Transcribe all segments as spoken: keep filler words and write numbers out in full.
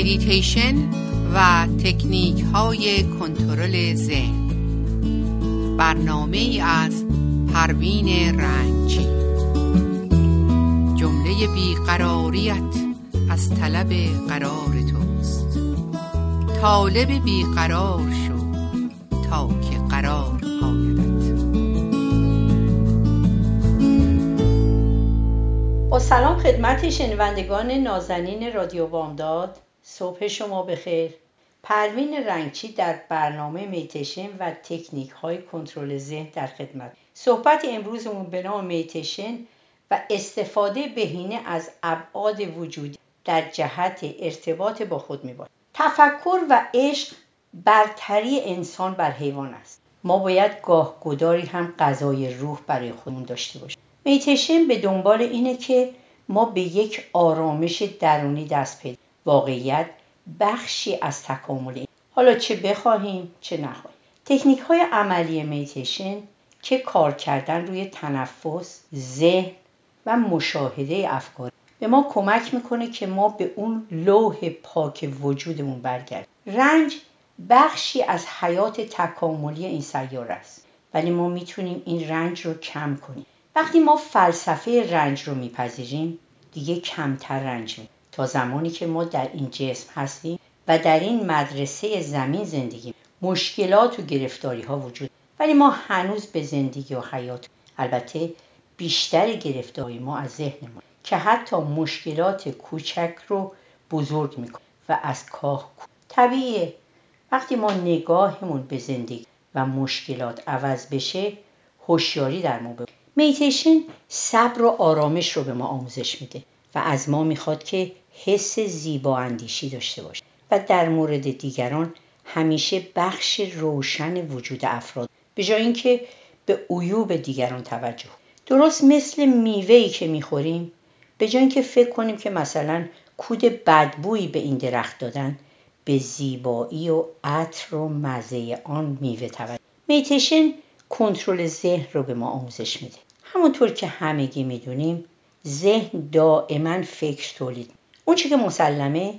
مدیتیشن و تکنیک های کنترل ذهن. برنامه ای از پروین رنجی. جمله بیقراریت از طلب قرار توست. طالب بیقرار شو تا که قرار آیدت. با سلام خدمت شنوندگان نازنین رادیو بامداد، صبح شما بخیر. پروین رنگچی در برنامه مدیتیشن و تکنیک های کنترل ذهن در خدمت. صحبت امروزمون به نام مدیتیشن و استفاده بهینه از ابعاد وجودی در جهت ارتباط با خود میباشد. تفکر و عشق برتری انسان بر حیوان است. ما باید گاه گداری هم غذای روح برای خودمون داشته باشیم. مدیتیشن به دنبال اینه که ما به یک آرامش درونی دست پیدا کنیم. واقعیت بخشی از تکامل، حالا چه بخواهیم چه نخواهیم. تکنیک های عملی مدیتیشن که کار کردن روی تنفس، ذهن و مشاهده افکار به ما کمک میکنه که ما به اون لوح پاک وجودمون برگردیم. رنج بخشی از حیات تکاملی این سیاره است، ولی ما میتونیم این رنج رو کم کنیم. وقتی ما فلسفه رنج رو میپذیریم دیگه کمتر رنج می‌بریم. تا زمانی که ما در این جسم هستیم و در این مدرسه زمین زندگی، مشکلات و گرفتاری ها وجود، ولی ما هنوز به زندگی و حیات، البته بیشتر گرفتاری ما از ذهنمون که حتی مشکلات کوچک رو بزرگ میکنه و از کاه طبیعیه. وقتی ما نگاهمون به زندگی و مشکلات عوض بشه، هوشیاری در ما بشه. مدیتیشن صبر و آرامش رو به ما آموزش میده و از ما میخواد که حس زیبا اندیشی داشته باشیم و در مورد دیگران همیشه بخش روشن وجود افراد به جای اینکه به عیوب دیگران توجه. درست مثل میوه‌ای که میخوریم، به جای اینکه فکر کنیم که مثلا کود بدبویی به این درخت دادن، به زیبایی و عطر و مزه آن میوه توجه. مدیتیشن کنترل ذهن رو به ما آموزش میده. همونطور که همگی میدونیم ذهن دائما فکر تولید. اون چیزی که مسلمه،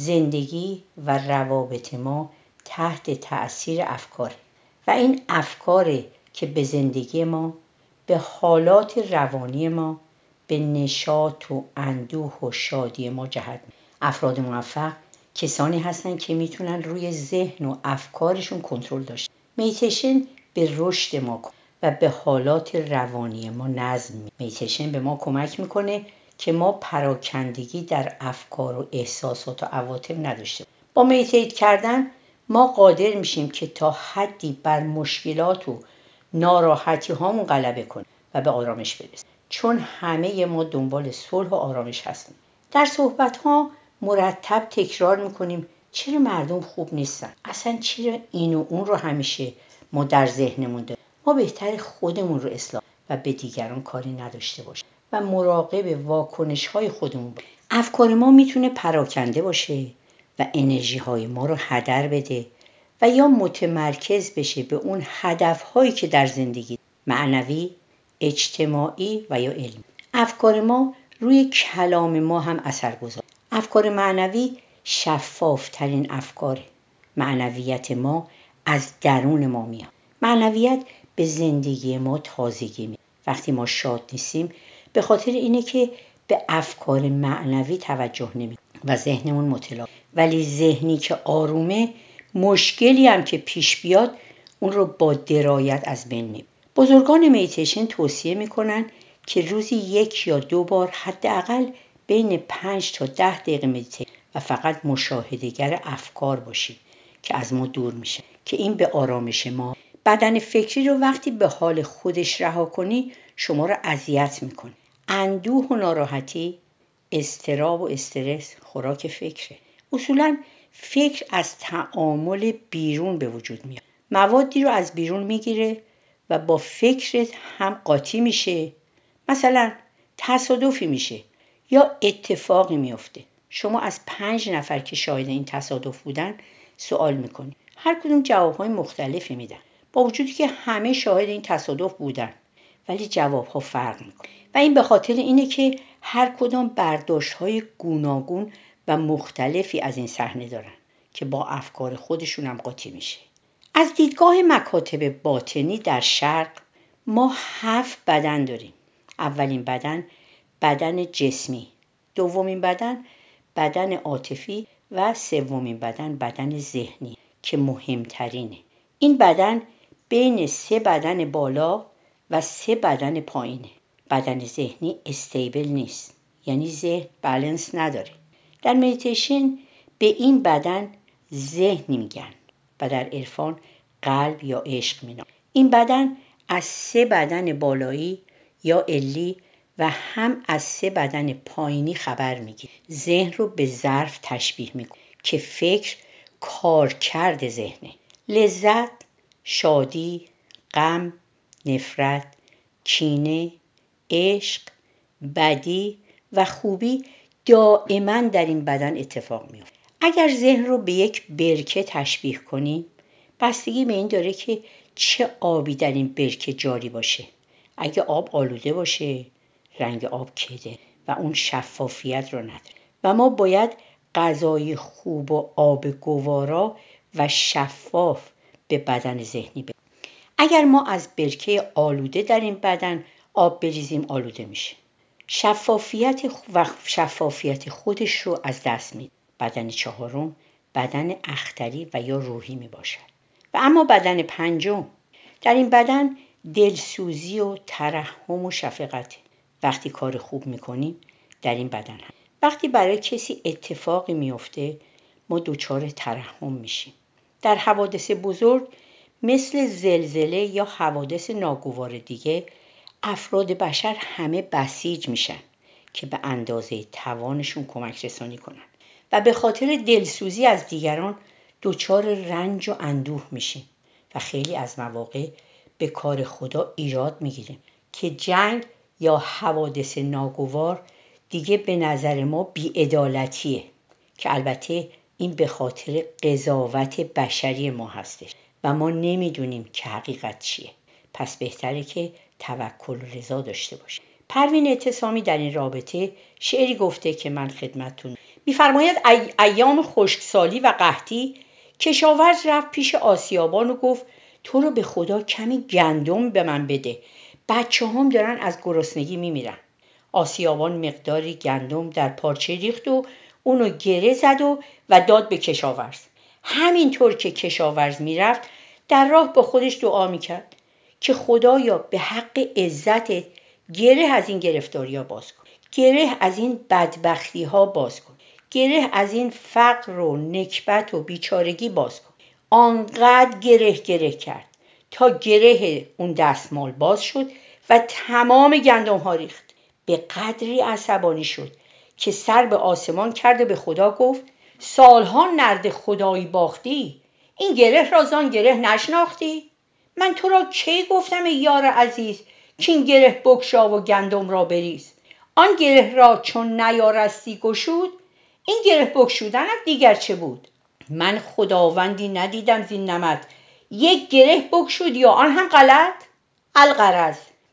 زندگی و روابط ما تحت تأثیر افکار و این افکار که به زندگی ما، به حالات روانی ما، به نشاط و اندوه و شادی ما جهت می‌دهند. افراد موفق کسانی هستن که میتونن روی ذهن و افکارشون کنترل داشته. مدیتیشن به رشد ما و به حالات روانی ما نظم میده. مدیتیشن به ما کمک میکنه که ما پراکندگی در افکار و احساسات و عواطف نداشته. با مدیتیت کردن ما قادر میشیم که تا حدی بر مشکلات و ناراحتی هامون غلبه کنیم و به آرامش برسیم، چون همه ما دنبال صلح و آرامش هستیم. در صحبت ها مرتب تکرار میکنیم چرا مردم خوب نیستن، اصلا چرا این و اون رو همیشه ما در ذهنمون داریم. ما بهتر خودمون رو اصلاح و به دیگران کاری نداشته باشیم و مراقب واکنش های خودمون باشیم. افکار ما میتونه پراکنده باشه و انرژی های ما رو هدر بده و یا متمرکز بشه به اون هدف هایی که در زندگی معنوی، اجتماعی و یا علمی. افکار ما روی کلام ما هم اثر گذاره. افکار معنوی شفاف ترین افکاره. معنویت ما از درون ما میاد. معنویت به زندگی ما تازگی میده. وقتی ما شاد نیستیم به خاطر اینه که به افکار معنوی توجه نمی‌کنیم و ذهنمون متلاطم. ولی ذهنی که آرومه، مشکلی هم که پیش بیاد اون رو با درایت از بین میبره. بزرگان مدیتیشن توصیه میکنن که روزی یک یا دو بار حداقل بین پنج تا ده دقیقه مدیتیشن و فقط مشاهده‌گر افکار باشیم که از ما دور میشه، که این به آرامش ما. بدن فکری رو وقتی به حال خودش رها کنی شما رو اذیت میکنه. اندوه و ناراحتی، اضطراب و استرس خوراک فکره. اصولاً فکر از تعامل بیرون به وجود میاد. موادی رو از بیرون میگیره و با فکرت هم قاطی میشه. مثلا تصادفی میشه یا اتفاقی میفته. شما از پنج نفر که شاهد این تصادف بودن سوال میکنی، هر کدوم جوابهای مختلفی میدن، با وجودی که همه شاهد این تصادف بودن ولی جوابها فرق میکنه. و این به خاطر اینه که هر کدام برداشت‌های گوناگون و مختلفی از این صحنه دارن که با افکار خودشون هم قاطی میشه. از دیدگاه مکاتب باطنی در شرق ما هفت بدن داریم. اولین بدن بدن جسمی، دومین بدن بدن عاطفی و سومین بدن بدن ذهنی که مهمترینه. این بدن بین سه بدن بالا و سه بدن پایینه. بدن ذهنی استیبل نیست، یعنی ذهن بالانس نداره. در مدیتیشن به این بدن ذهن میگن و در عرفان قلب یا عشق مینامن. این بدن از سه بدن بالایی یا علی و هم از سه بدن پایینی خبر میگیره. ذهن رو به ظرف تشبیه میکنه که فکر کارکرد ذهنه. لذت، شادی، غم، نفرت، کینه، عشق، بدی و خوبی دائما در این بدن اتفاق میفته. اگر ذهن رو به یک برکه تشبیه کنیم، بستگی به این داره که چه آبی در این برکه جاری باشه. اگه آب آلوده باشه، رنگ آب کده و اون شفافیت رو نداره و ما باید غذای خوب و آب گوارا و شفاف به بدن ذهنی بدیم. اگر ما از برکه آلوده در این بدن آب بریزیم، آلوده میشه. شفافیت و شفافیت خودش رو از دست میده. بدن چهارم بدن اختری و یا روحی می باشد. و اما بدن پنجم، در این بدن دلسوزی و ترحم و شفقت. وقتی کار خوب میکنیم در این بدن هم. وقتی برای کسی اتفاقی میفته ما دچار ترحم میشیم. در حوادث بزرگ مثل زلزله یا حوادث ناگوار دیگه افراد بشر همه بسیج میشن که به اندازه توانشون کمک رسانی کنن و به خاطر دلسوزی از دیگران دچار رنج و اندوه میشیم و خیلی از مواقع به کار خدا ایراد میگیریم که جنگ یا حوادث ناگوار دیگه به نظر ما بی‌عدالتیه، که البته این به خاطر قضاوت بشری ما هستش و ما نمیدونیم که حقیقت چیه. پس بهتره که توکل و رضا داشته باشیم. پروین اعتصامی در این رابطه شعری گفته که من خدمتتون می‌فرماید: ای... ایام خشکسالی و قحطی کشاورز رفت پیش آسیابان و گفت تو رو به خدا کمی گندم به من بده، بچه هم دارن از گرسنگی میمیرن. آسیابان مقداری گندم در پارچه ریخت و اونو گره زد و, و داد به کشاورز. همینطور که کشاورز میرفت در راه با خودش دعا میکرد که خدایا به حق عزتت گره از این گرفتاری ها باز کن، گره از این بدبختی ها باز کن، گره از این فقر و نکبت و بیچارگی باز کن. آنقدر گره گره کرد تا گره اون دستمال باز شد و تمام گندم ها ریخت. به قدری عصبانی شد که سر به آسمان کرد و به خدا گفت سالها نرد خدایی باختی، این گره را زان گره نشناختی؟ من تو را کی گفتم ای یار عزیز که این گره بگشا و گندم را بریز؟ آن گره را چون نیارستی گشود، این گره بگشودنت دیگر چه بود؟ من خداوندی ندیدم زین نمط یک گره بگشود یا آن هم غلط. الغرض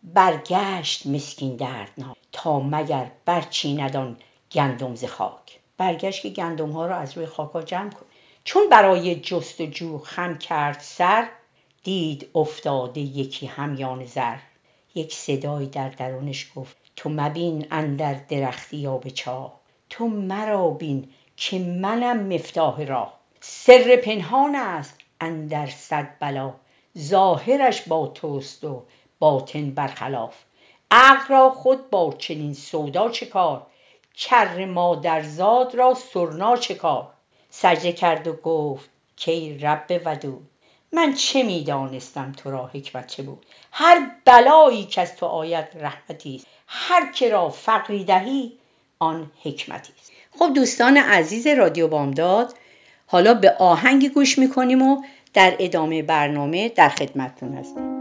برگشت مسکین دردناک تا مگر برچیند آن گندم ز خاک. برگشت که گندم ها را از روی خاکا جمع کن. چون برای جستجو خم کرد سر، دید افتاده یکی همیان زر. یک صدای در درونش گفت تو مبین اندر درختی یا به چاه، تو مرا بین که منم مفتاح راه. سر پنهان است اندر صد بلا، ظاهرش با توست و باطن برخلاف. عقل را خود با چنین سودا چه کار، کر مادرزاد را سرنا چه کار. سجده کرد و گفت که ای رب ودود، من چه میدانستم تو را حکمت چه بود. هر بلایی که از تو آید رحمتی است، هر که را فقری دهی آن حکمتی است. خب دوستان عزیز رادیو بامداد، حالا به آهنگی گوش میکنیم و در ادامه برنامه در خدمتتون هستیم.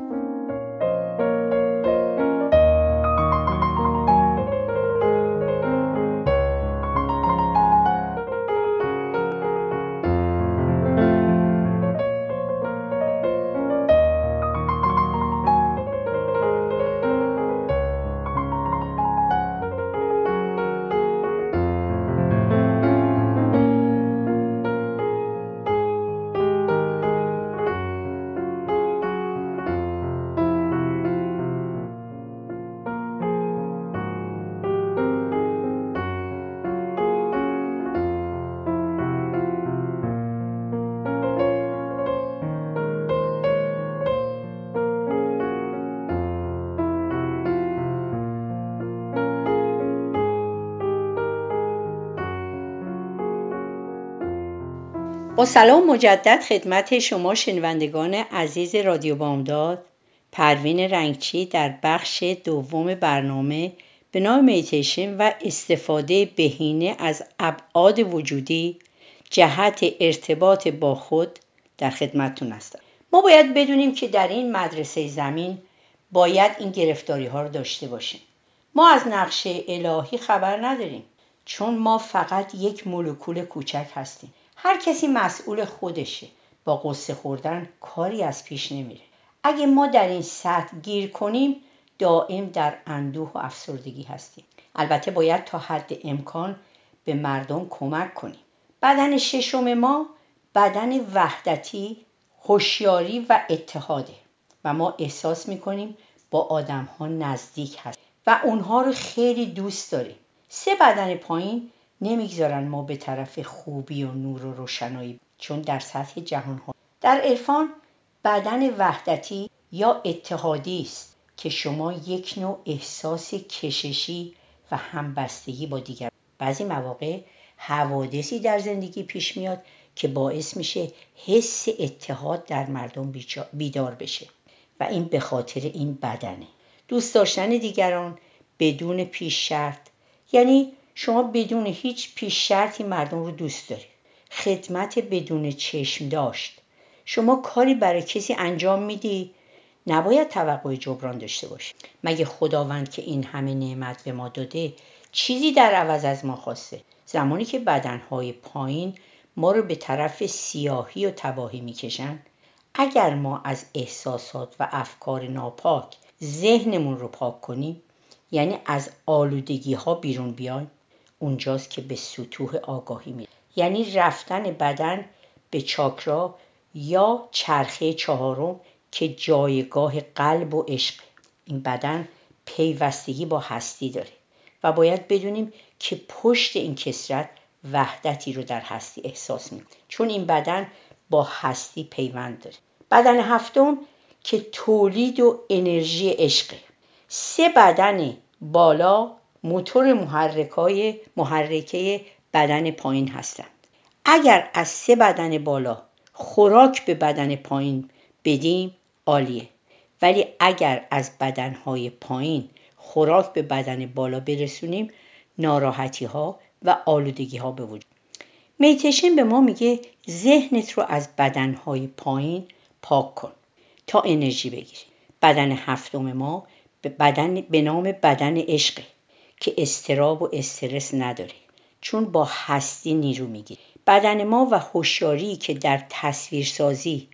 با سلام مجدد خدمت شما شنوندگان عزیز رادیو بامداد. پروین رنگچی در بخش دوم برنامه به نام میتیشن و استفاده بهینه از ابعاد وجودی جهت ارتباط با خود در خدمتتون هستم. ما باید بدونیم که در این مدرسه زمین باید این گرفتاری ها رو داشته باشیم. ما از نقشه الهی خبر نداریم، چون ما فقط یک مولکول کوچک هستیم. هر کسی مسئول خودشه. با قصه خوردن کاری از پیش نمیره. اگه ما در این سطح گیر کنیم دائم در اندوه و افسردگی هستیم. البته باید تا حد امکان به مردم کمک کنیم. بدن ششم ما بدن وحدتی، هوشیاری و اتحاده و ما احساس میکنیم با آدم ها نزدیک هست و اونها رو خیلی دوست داریم. سه بدن پایین نمیگذارن ما به طرف خوبی و نور و روشنایی، چون در سطح جهان ها. در عرفان بدن وحدتی یا اتحادی است که شما یک نوع احساس کششی و همبستگی با دیگر. بعضی مواقع حوادثی در زندگی پیش میاد که باعث میشه حس اتحاد در مردم بیدار بشه و این به خاطر این بدنه. دوست داشتن دیگران بدون پیش شرط، یعنی شما بدون هیچ پیش شرطی مردم رو دوست داری. خدمت بدون چشم داشت. شما کاری برای کسی انجام میدی، نباید توقع جبران داشته باشی. مگه خداوند که این همه نعمت به ما داده چیزی در عوض از ما خواسته؟ زمانی که بدنهای پایین ما رو به طرف سیاهی و تباهی میکشن، اگر ما از احساسات و افکار ناپاک ذهنمون رو پاک کنیم، یعنی از آلودگی ها بیرون بیایم، اونجاست که به سطوح آگاهی میریم. یعنی رفتن بدن به چاکرا یا چرخه چهارم که جایگاه قلب و عشق. این بدن پیوستگی با هستی داره و باید بدونیم که پشت این کسرت وحدتی رو در هستی احساس می‌کنیم، چون این بدن با هستی پیوند داره. بدن هفتم که تولید و انرژی عشقه. سه بدن بالا موتور محرکای محرکه بدن پایین هستند. اگر از سه بدن بالا خوراک به بدن پایین بدیم عالیه، ولی اگر از بدنهای پایین خوراک به بدن بالا برسونیم ناراحتی ها و آلودگی ها به وجود. میتیشن به ما میگه ذهنت رو از بدنهای پایین پاک کن تا انرژی بگیری. بدن هفتم ما به بدن به نام بدن عشق که اضطراب و استرس نداره، چون با هستی نیرو میگیره. بدن ما و هوشیاری که در تصویرسازی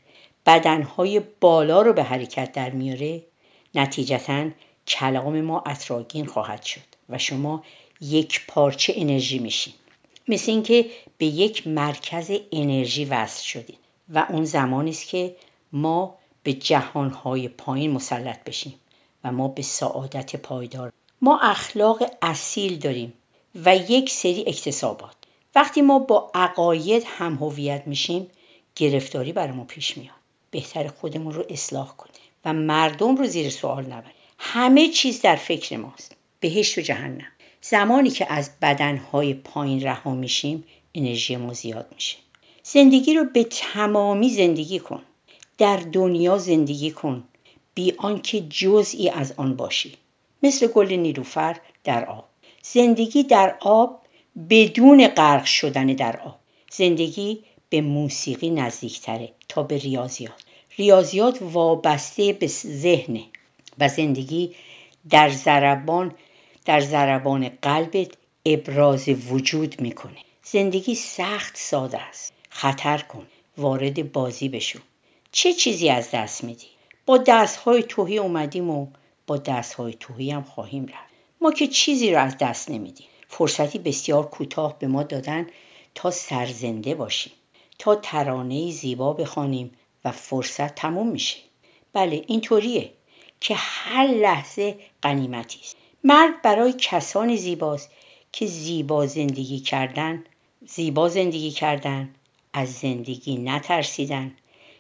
بدنهای بالا رو به حرکت در میاره، نتیجتاً کلام ما عطرآگین خواهد شد و شما یک پارچه انرژی میشین، مثل این که به یک مرکز انرژی وصل شدین و اون زمانی است که ما به جهانهای پایین مسلط بشیم و ما به سعادت پایدار. ما اخلاق اصیل داریم و یک سری اکتسابات. وقتی ما با عقاید هم هویت میشیم گرفتاری برامون پیش میاد. بهتر خودمون رو اصلاح کنیم و مردم رو زیر سوال نبریم. همه چیز در فکر ماست، بهشت و جهنم. زمانی که از بدنهای پایین رها میشیم انرژی ما زیاد میشه. زندگی رو به تمامی زندگی کن. در دنیا زندگی کن بی آنکه جزئی از آن باشی، مثل گل نیلوفر در آب. زندگی در آب بدون غرق شدن در آب. زندگی به موسیقی نزدیکتره تا به ریاضیات. ریاضیات وابسته به ذهنه و زندگی در ضربان در ضربان قلبت ابراز وجود میکنه. زندگی سخت ساده است. خطر کن، وارد بازی بشو. چه چیزی از دست میدی؟ با دستهای تهی اومدیم و با دستهای تهی هم خواهیم رفت. ما که چیزی رو از دست نمیدیم. فرصتی بسیار کوتاه به ما دادن تا سرزنده باشیم، تا ترانه‌ای زیبا بخوانیم و فرصت تموم میشه. بله اینطوریه که هر لحظه غنیمتی است. مرد برای کسانی زیباست که زیبا زندگی کردن، زیبا زندگی کردن، از زندگی نترسیدن،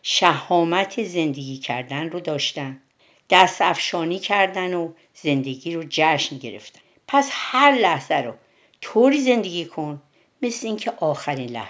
شهامت زندگی کردن رو داشتن، دست افشانی کردن و زندگی رو جشن گرفتن. پس هر لحظه رو طوری زندگی کن مثل این که آخرین لحظه است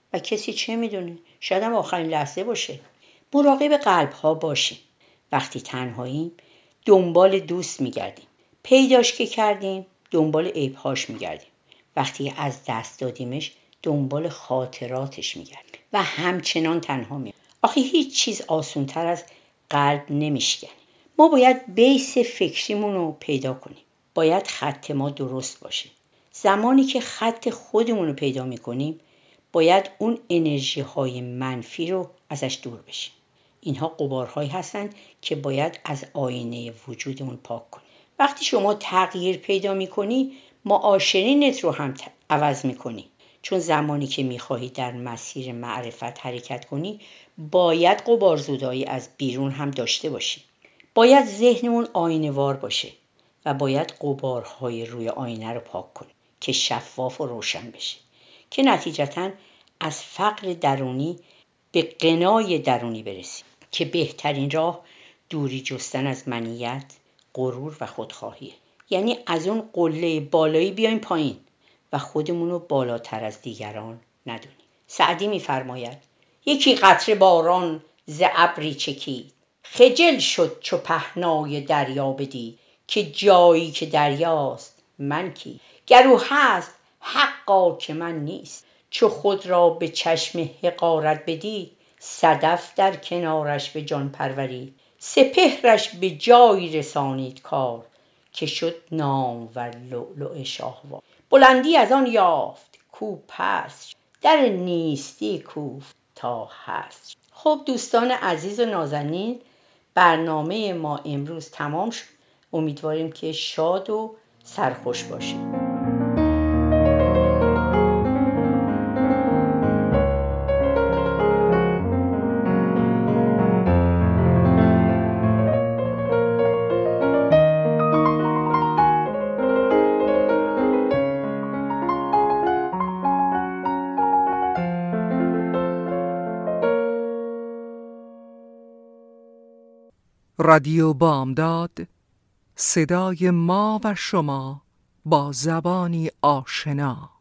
و کسی چه میدونه، شاید هم آخرین لحظه باشه. مراقب قلب ها باشیم. وقتی تنهاییم دنبال دوست میگردیم، پیداش که کردیم دنبال عیبهاش میگردیم، وقتی از دست دادیمش دنبال خاطراتش میگردیم و همچنان تنها میمونیم. آخه هیچ چیز آسان‌تر از قلب نمیشکنه. ما باید بیس فکریمون رو پیدا کنیم. باید خط ما درست باشه. زمانی که خط خودمون رو پیدا میکنیم باید اون انرژی های منفی رو ازش دور بشیم. اینها غبارهایی هستن که باید از آینه وجودمون پاک کنیم. وقتی شما تغییر پیدا میکنی معاشرینت رو هم عوض میکنی، چون زمانی که میخواهی در مسیر معرفت حرکت کنی باید غبارزدایی از بیرون هم داشته باشی. باید ذهنمون آینه وار باشه و باید غبارهای روی آینه رو پاک کنیم که شفاف و روشن بشه، که نتیجتاً از فقر درونی به غنای درونی برسیم، که بهترین راه دوری جستن از منیت، غرور و خودخواهیه. یعنی از اون قله بالایی بیایم پایین و خودمون رو بالاتر از دیگران ندونیم. سعدی می‌فرماید یکی قطره باران ز ابری چکید، خجل شد چو پهنای دریا بدید، که جایی که دریاست من کی، گر او هست حقا که من نیست، چو خود را به چشم حقارت بدید، صدف در کنارش به جان پرورید، سپهرش به جایی رسانید کار، که شد نامور لؤلؤ شاهوار، بلندی از آن یافت کو پست، در نیستی کوفت تا هست. خب دوستان عزیز و نازنین، برنامه ما امروز تمام شد. امیدواریم که شاد و سرخوش باشید. رادیو بامداد، صدای ما و شما با زبانی آشنا.